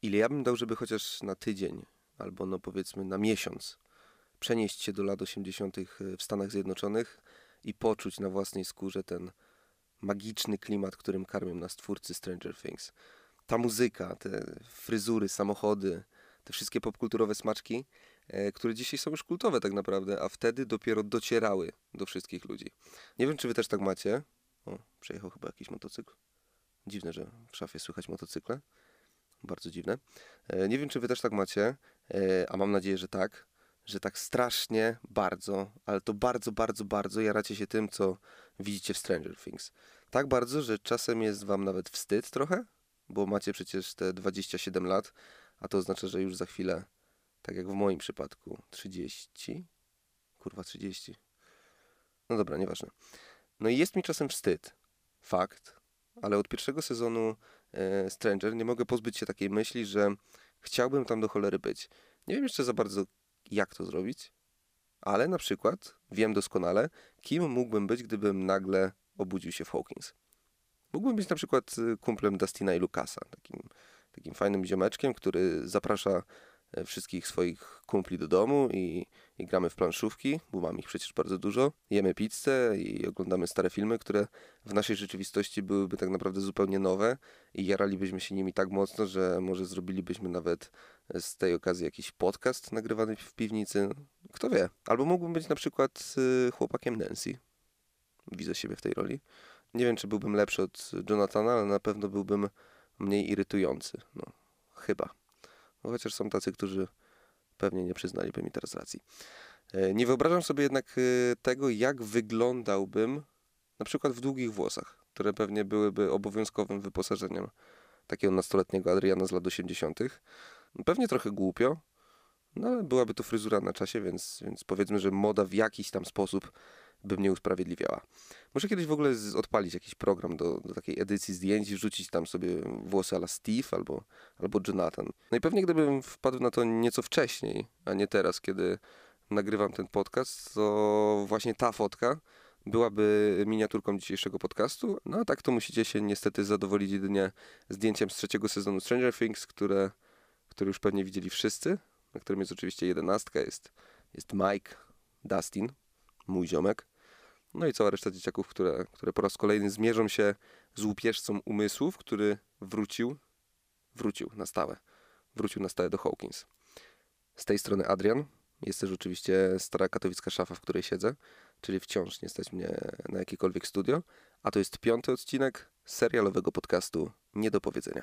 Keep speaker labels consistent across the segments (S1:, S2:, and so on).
S1: Ile ja bym dał, żeby chociaż na tydzień, albo no powiedzmy na miesiąc, przenieść się do lat 80. w Stanach Zjednoczonych i poczuć na własnej skórze ten magiczny klimat, którym karmią nas twórcy Stranger Things. Ta muzyka, te fryzury, samochody, te wszystkie popkulturowe smaczki, które dzisiaj są już kultowe tak naprawdę, a wtedy dopiero docierały do wszystkich ludzi. Nie wiem, czy wy też tak macie. O, przejechał chyba jakiś motocykl. Dziwne, że w szafie słychać motocykle. Bardzo dziwne. Nie wiem, czy wy też tak macie, a mam nadzieję, że tak strasznie bardzo, ale to bardzo, bardzo, bardzo jaracie się tym, co widzicie w Stranger Things. Tak bardzo, że czasem jest wam nawet wstyd trochę, bo macie przecież te 27 lat, a to oznacza, że już za chwilę, tak jak w moim przypadku, 30? Kurwa, 30. No dobra, nieważne. No i jest mi czasem wstyd. Fakt. Ale od pierwszego sezonu Stranger nie mogę pozbyć się takiej myśli, że chciałbym tam do cholery być. Nie wiem jeszcze za bardzo, jak to zrobić, ale na przykład wiem doskonale, kim mógłbym być, gdybym nagle obudził się w Hawkins. Mógłbym być na przykład kumplem Dustina i Lucasa, takim fajnym ziomeczkiem, który zaprasza wszystkich swoich kumpli do domu i gramy w planszówki, bo mam ich przecież bardzo dużo. Jemy pizzę i oglądamy stare filmy, które w naszej rzeczywistości byłyby tak naprawdę zupełnie nowe i jaralibyśmy się nimi tak mocno, że może zrobilibyśmy nawet z tej okazji jakiś podcast nagrywany w piwnicy. Kto wie. Albo mógłbym być na przykład chłopakiem Nancy. Widzę siebie w tej roli. Nie wiem, czy byłbym lepszy od Jonathana, ale na pewno byłbym mniej irytujący. No, chyba. No, chociaż są tacy, którzy pewnie nie przyznaliby mi teraz racji. Nie wyobrażam sobie jednak tego, jak wyglądałbym na przykład w długich włosach, które pewnie byłyby obowiązkowym wyposażeniem takiego nastoletniego Adriana z lat 80. Pewnie trochę głupio, no ale byłaby to fryzura na czasie, więc powiedzmy, że moda w jakiś tam sposób by mnie usprawiedliwiała. Muszę kiedyś w ogóle odpalić jakiś program do takiej edycji zdjęć i wrzucić tam sobie włosy a la Steve albo Jonathan. No i pewnie gdybym wpadł na to nieco wcześniej, a nie teraz, kiedy nagrywam ten podcast, to właśnie ta fotka byłaby miniaturką dzisiejszego podcastu. No a tak to musicie się niestety zadowolić jedynie zdjęciem z 3. sezonu Stranger Things, które już pewnie widzieli wszyscy, na którym jest oczywiście 11, jest Mike, Dustin, mój ziomek, no i cała reszta dzieciaków, które po raz kolejny zmierzą się z łupieżcą umysłów, który wrócił na stałe. Wrócił na stałe do Hawkins. Z tej strony Adrian. Jest też oczywiście stara katowicka szafa, w której siedzę, czyli wciąż nie stać mnie na jakiekolwiek studio, a to jest 5. odcinek serialowego podcastu Nie do powiedzenia.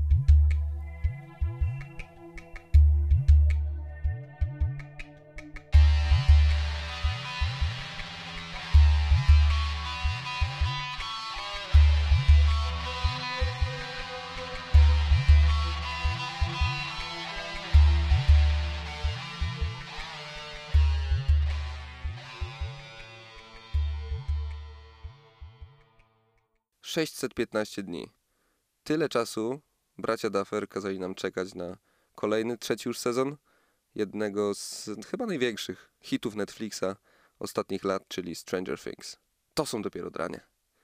S1: - 615 dni. Tyle czasu bracia Duffer kazali nam czekać na kolejny, 3. już sezon jednego z chyba największych hitów Netflixa ostatnich lat, czyli Stranger Things. To są dopiero dranie.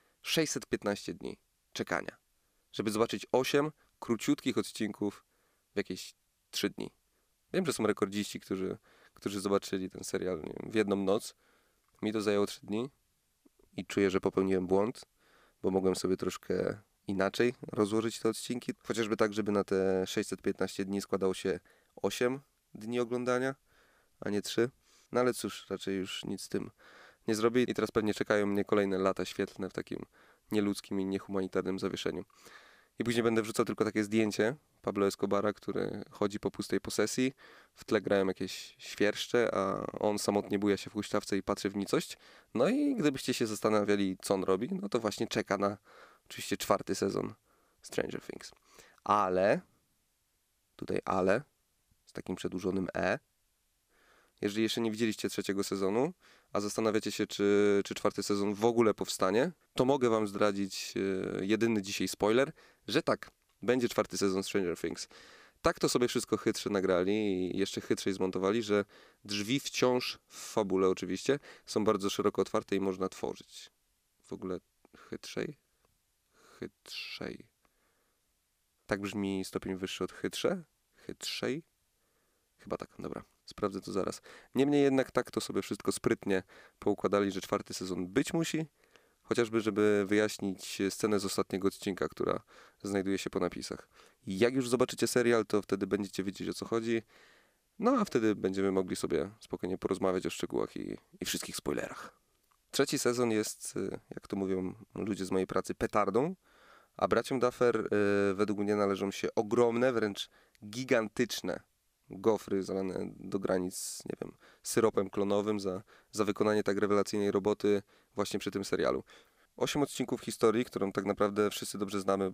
S1: 615 dni czekania, żeby zobaczyć 8 króciutkich odcinków w jakieś 3 dni. Wiem, że są rekordziści, którzy zobaczyli ten serial nie wiem, w jedną noc. Mi to zajęło 3 dni i czuję, że popełniłem błąd, bo mogłem sobie troszkę inaczej rozłożyć te odcinki. Chociażby tak, żeby na te 615 dni składało się 8 dni oglądania, a nie 3. No ale cóż, raczej już nic z tym nie zrobię i teraz pewnie czekają mnie kolejne lata świetlne w takim nieludzkim i niehumanitarnym zawieszeniu. I później będę wrzucał tylko takie zdjęcie Pablo Escobara, który chodzi po pustej posesji, w tle grają jakieś świerszcze, a on samotnie buja się w huśtawce i patrzy w nicość. No i gdybyście się zastanawiali, co on robi, no to właśnie czeka na oczywiście 4. sezon Stranger Things. Ale, tutaj ale, z takim przedłużonym jeżeli jeszcze nie widzieliście 3. sezonu, a zastanawiacie się, czy 4. sezon w ogóle powstanie, to mogę wam zdradzić jedyny dzisiaj spoiler, że tak, będzie 4. sezon Stranger Things. Tak to sobie wszystko chytrze nagrali i jeszcze chytrzej zmontowali, że drzwi wciąż w fabule oczywiście są bardzo szeroko otwarte i można tworzyć. W ogóle chytrzej? Tak brzmi stopień wyższy od chytrze? chytrzej. Chyba tak, dobra, sprawdzę to zaraz. Niemniej jednak tak to sobie wszystko sprytnie poukładali, że 4. sezon być musi, chociażby żeby wyjaśnić scenę z ostatniego odcinka, która znajduje się po napisach. Jak już zobaczycie serial, to wtedy będziecie wiedzieć, o co chodzi, no a wtedy będziemy mogli sobie spokojnie porozmawiać o szczegółach i wszystkich spoilerach. 3. sezon jest, jak to mówią ludzie z mojej pracy, petardą, a braciom Duffer według mnie należą się ogromne, wręcz gigantyczne gofry zalane do granic, nie wiem, syropem klonowym za wykonanie tak rewelacyjnej roboty właśnie przy tym serialu. 8 odcinków historii, którą tak naprawdę wszyscy dobrze znamy,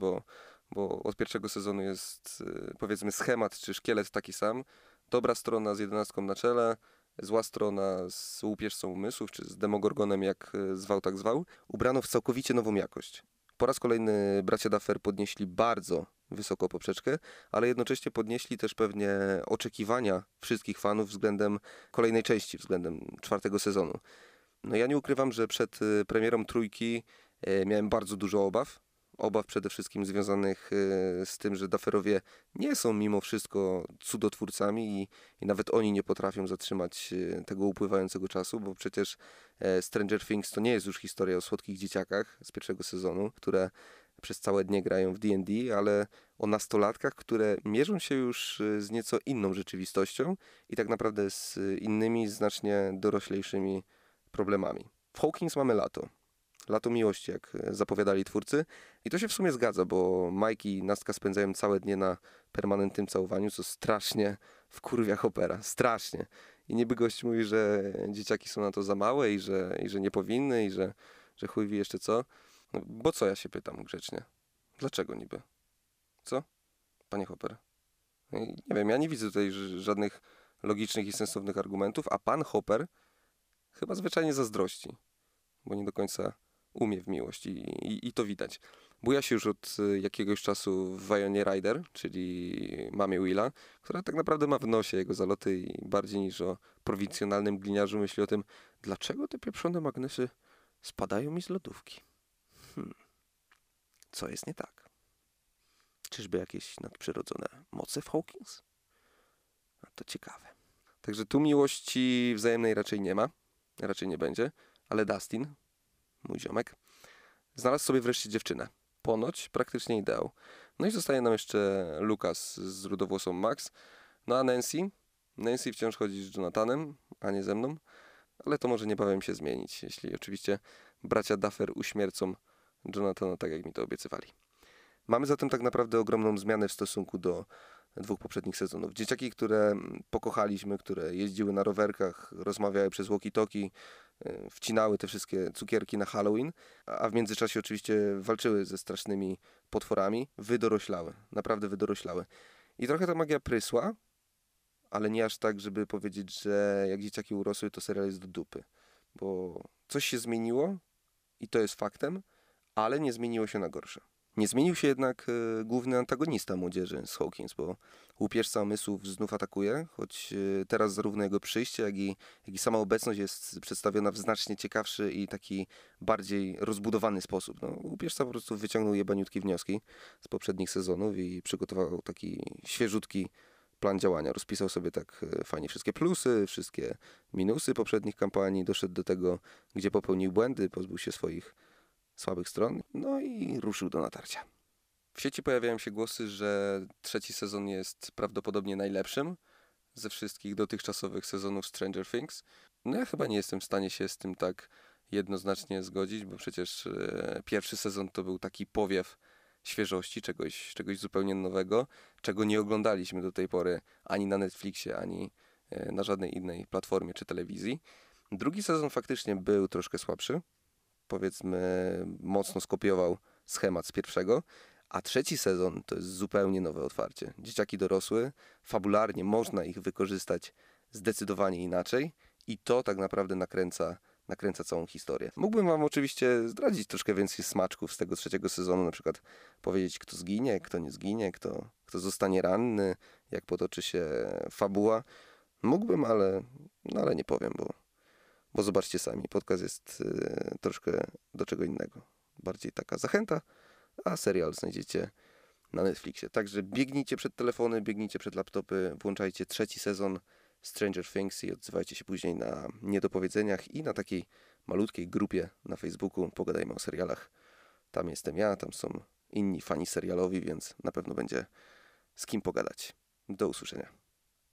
S1: bo od pierwszego sezonu jest powiedzmy schemat czy szkielet taki sam. Dobra strona z 11 na czele, zła strona z łupieżcą umysłów, czy z Demogorgonem, jak zwał, tak zwał, ubrano w całkowicie nową jakość. Po raz kolejny bracia Duffer podnieśli bardzo wysoko poprzeczkę, ale jednocześnie podnieśli też pewnie oczekiwania wszystkich fanów względem kolejnej części, względem 4. sezonu. No ja nie ukrywam, że przed premierą 3 miałem bardzo dużo obaw. Obaw przede wszystkim związanych z tym, że Dufferowie nie są mimo wszystko cudotwórcami i nawet oni nie potrafią zatrzymać tego upływającego czasu, bo przecież Stranger Things to nie jest już historia o słodkich dzieciakach z 1. sezonu, które przez całe dnie grają w D&D, ale o nastolatkach, które mierzą się już z nieco inną rzeczywistością i tak naprawdę z innymi, znacznie doroślejszymi problemami. W Hawkins mamy lato. Lato miłości, jak zapowiadali twórcy. I to się w sumie zgadza, bo Mike i Nastka spędzają całe dnie na permanentnym całowaniu, co strasznie wkurwia Hoppera. Strasznie. I niby gość mówi, że dzieciaki są na to za małe i że nie powinny i że chuj wie jeszcze co. No, bo co, ja się pytam grzecznie. Dlaczego niby? Co? Panie Hopper? Nie wiem, ja nie widzę tutaj żadnych logicznych i sensownych argumentów, a pan Hopper chyba zwyczajnie zazdrości, bo nie do końca umie w miłość i to widać. Buja się już od jakiegoś czasu w Wajonie Ryder, czyli mamie Willa, która tak naprawdę ma w nosie jego zaloty i bardziej niż o prowincjonalnym gliniarzu myśli o tym, dlaczego te pieprzone magnesy spadają mi z lodówki. Co jest nie tak? Czyżby jakieś nadprzyrodzone moce w Hawkins? A to ciekawe. Także tu miłości wzajemnej raczej nie ma, raczej nie będzie, ale Dustin, mój ziomek, znalazł sobie wreszcie dziewczynę. Ponoć praktycznie ideał. No i zostaje nam jeszcze Lucas z rudowłosą Max. No a Nancy wciąż chodzi z Jonathanem, a nie ze mną, ale to może niebawem się zmienić, jeśli oczywiście bracia Duffer uśmiercą Jonathana tak, jak mi to obiecywali. Mamy zatem tak naprawdę ogromną zmianę w stosunku do 2 poprzednich sezonów. Dzieciaki, które pokochaliśmy, które jeździły na rowerkach, rozmawiały przez walkie-talkie, wcinały te wszystkie cukierki na Halloween, a w międzyczasie oczywiście walczyły ze strasznymi potworami, wydoroślały, naprawdę wydoroślały. I trochę ta magia prysła, ale nie aż tak, żeby powiedzieć, że jak dzieciaki urosły, to serial jest do dupy. Bo coś się zmieniło i to jest faktem, ale nie zmieniło się na gorsze. Nie zmienił się jednak główny antagonista młodzieży z Hawkins, bo łupieżca umysłów znów atakuje, choć teraz zarówno jego przyjście, jak i sama obecność jest przedstawiona w znacznie ciekawszy i taki bardziej rozbudowany sposób. No, łupieżca po prostu wyciągnął jebaniutki wnioski z poprzednich sezonów i przygotował taki świeżutki plan działania. Rozpisał sobie tak fajnie wszystkie plusy, wszystkie minusy poprzednich kampanii, doszedł do tego, gdzie popełnił błędy, pozbył się swoich słabych stron, no i ruszył do natarcia. W sieci pojawiają się głosy, że 3. sezon jest prawdopodobnie najlepszym ze wszystkich dotychczasowych sezonów Stranger Things. No ja chyba nie jestem w stanie się z tym tak jednoznacznie zgodzić, bo przecież 1. sezon to był taki powiew świeżości, czegoś zupełnie nowego, czego nie oglądaliśmy do tej pory ani na Netflixie, ani na żadnej innej platformie czy telewizji. 2. sezon faktycznie był troszkę słabszy, powiedzmy mocno skopiował schemat z 1, a 3. sezon to jest zupełnie nowe otwarcie. Dzieciaki dorosły, fabularnie można ich wykorzystać zdecydowanie inaczej i to tak naprawdę nakręca całą historię. Mógłbym wam oczywiście zdradzić troszkę więcej smaczków z tego 3. sezonu, na przykład powiedzieć, kto zginie, kto nie zginie, kto zostanie ranny, jak potoczy się fabuła. Mógłbym, ale nie powiem, bo zobaczcie sami, podcast jest troszkę do czego innego. Bardziej taka zachęta, a serial znajdziecie na Netflixie. Także biegnijcie przed telefony, biegnijcie przed laptopy, włączajcie 3. sezon Stranger Things i odzywajcie się później na niedopowiedzeniach i na takiej malutkiej grupie na Facebooku Pogadajmy o serialach. Tam jestem ja, tam są inni fani serialowi, więc na pewno będzie z kim pogadać. Do usłyszenia.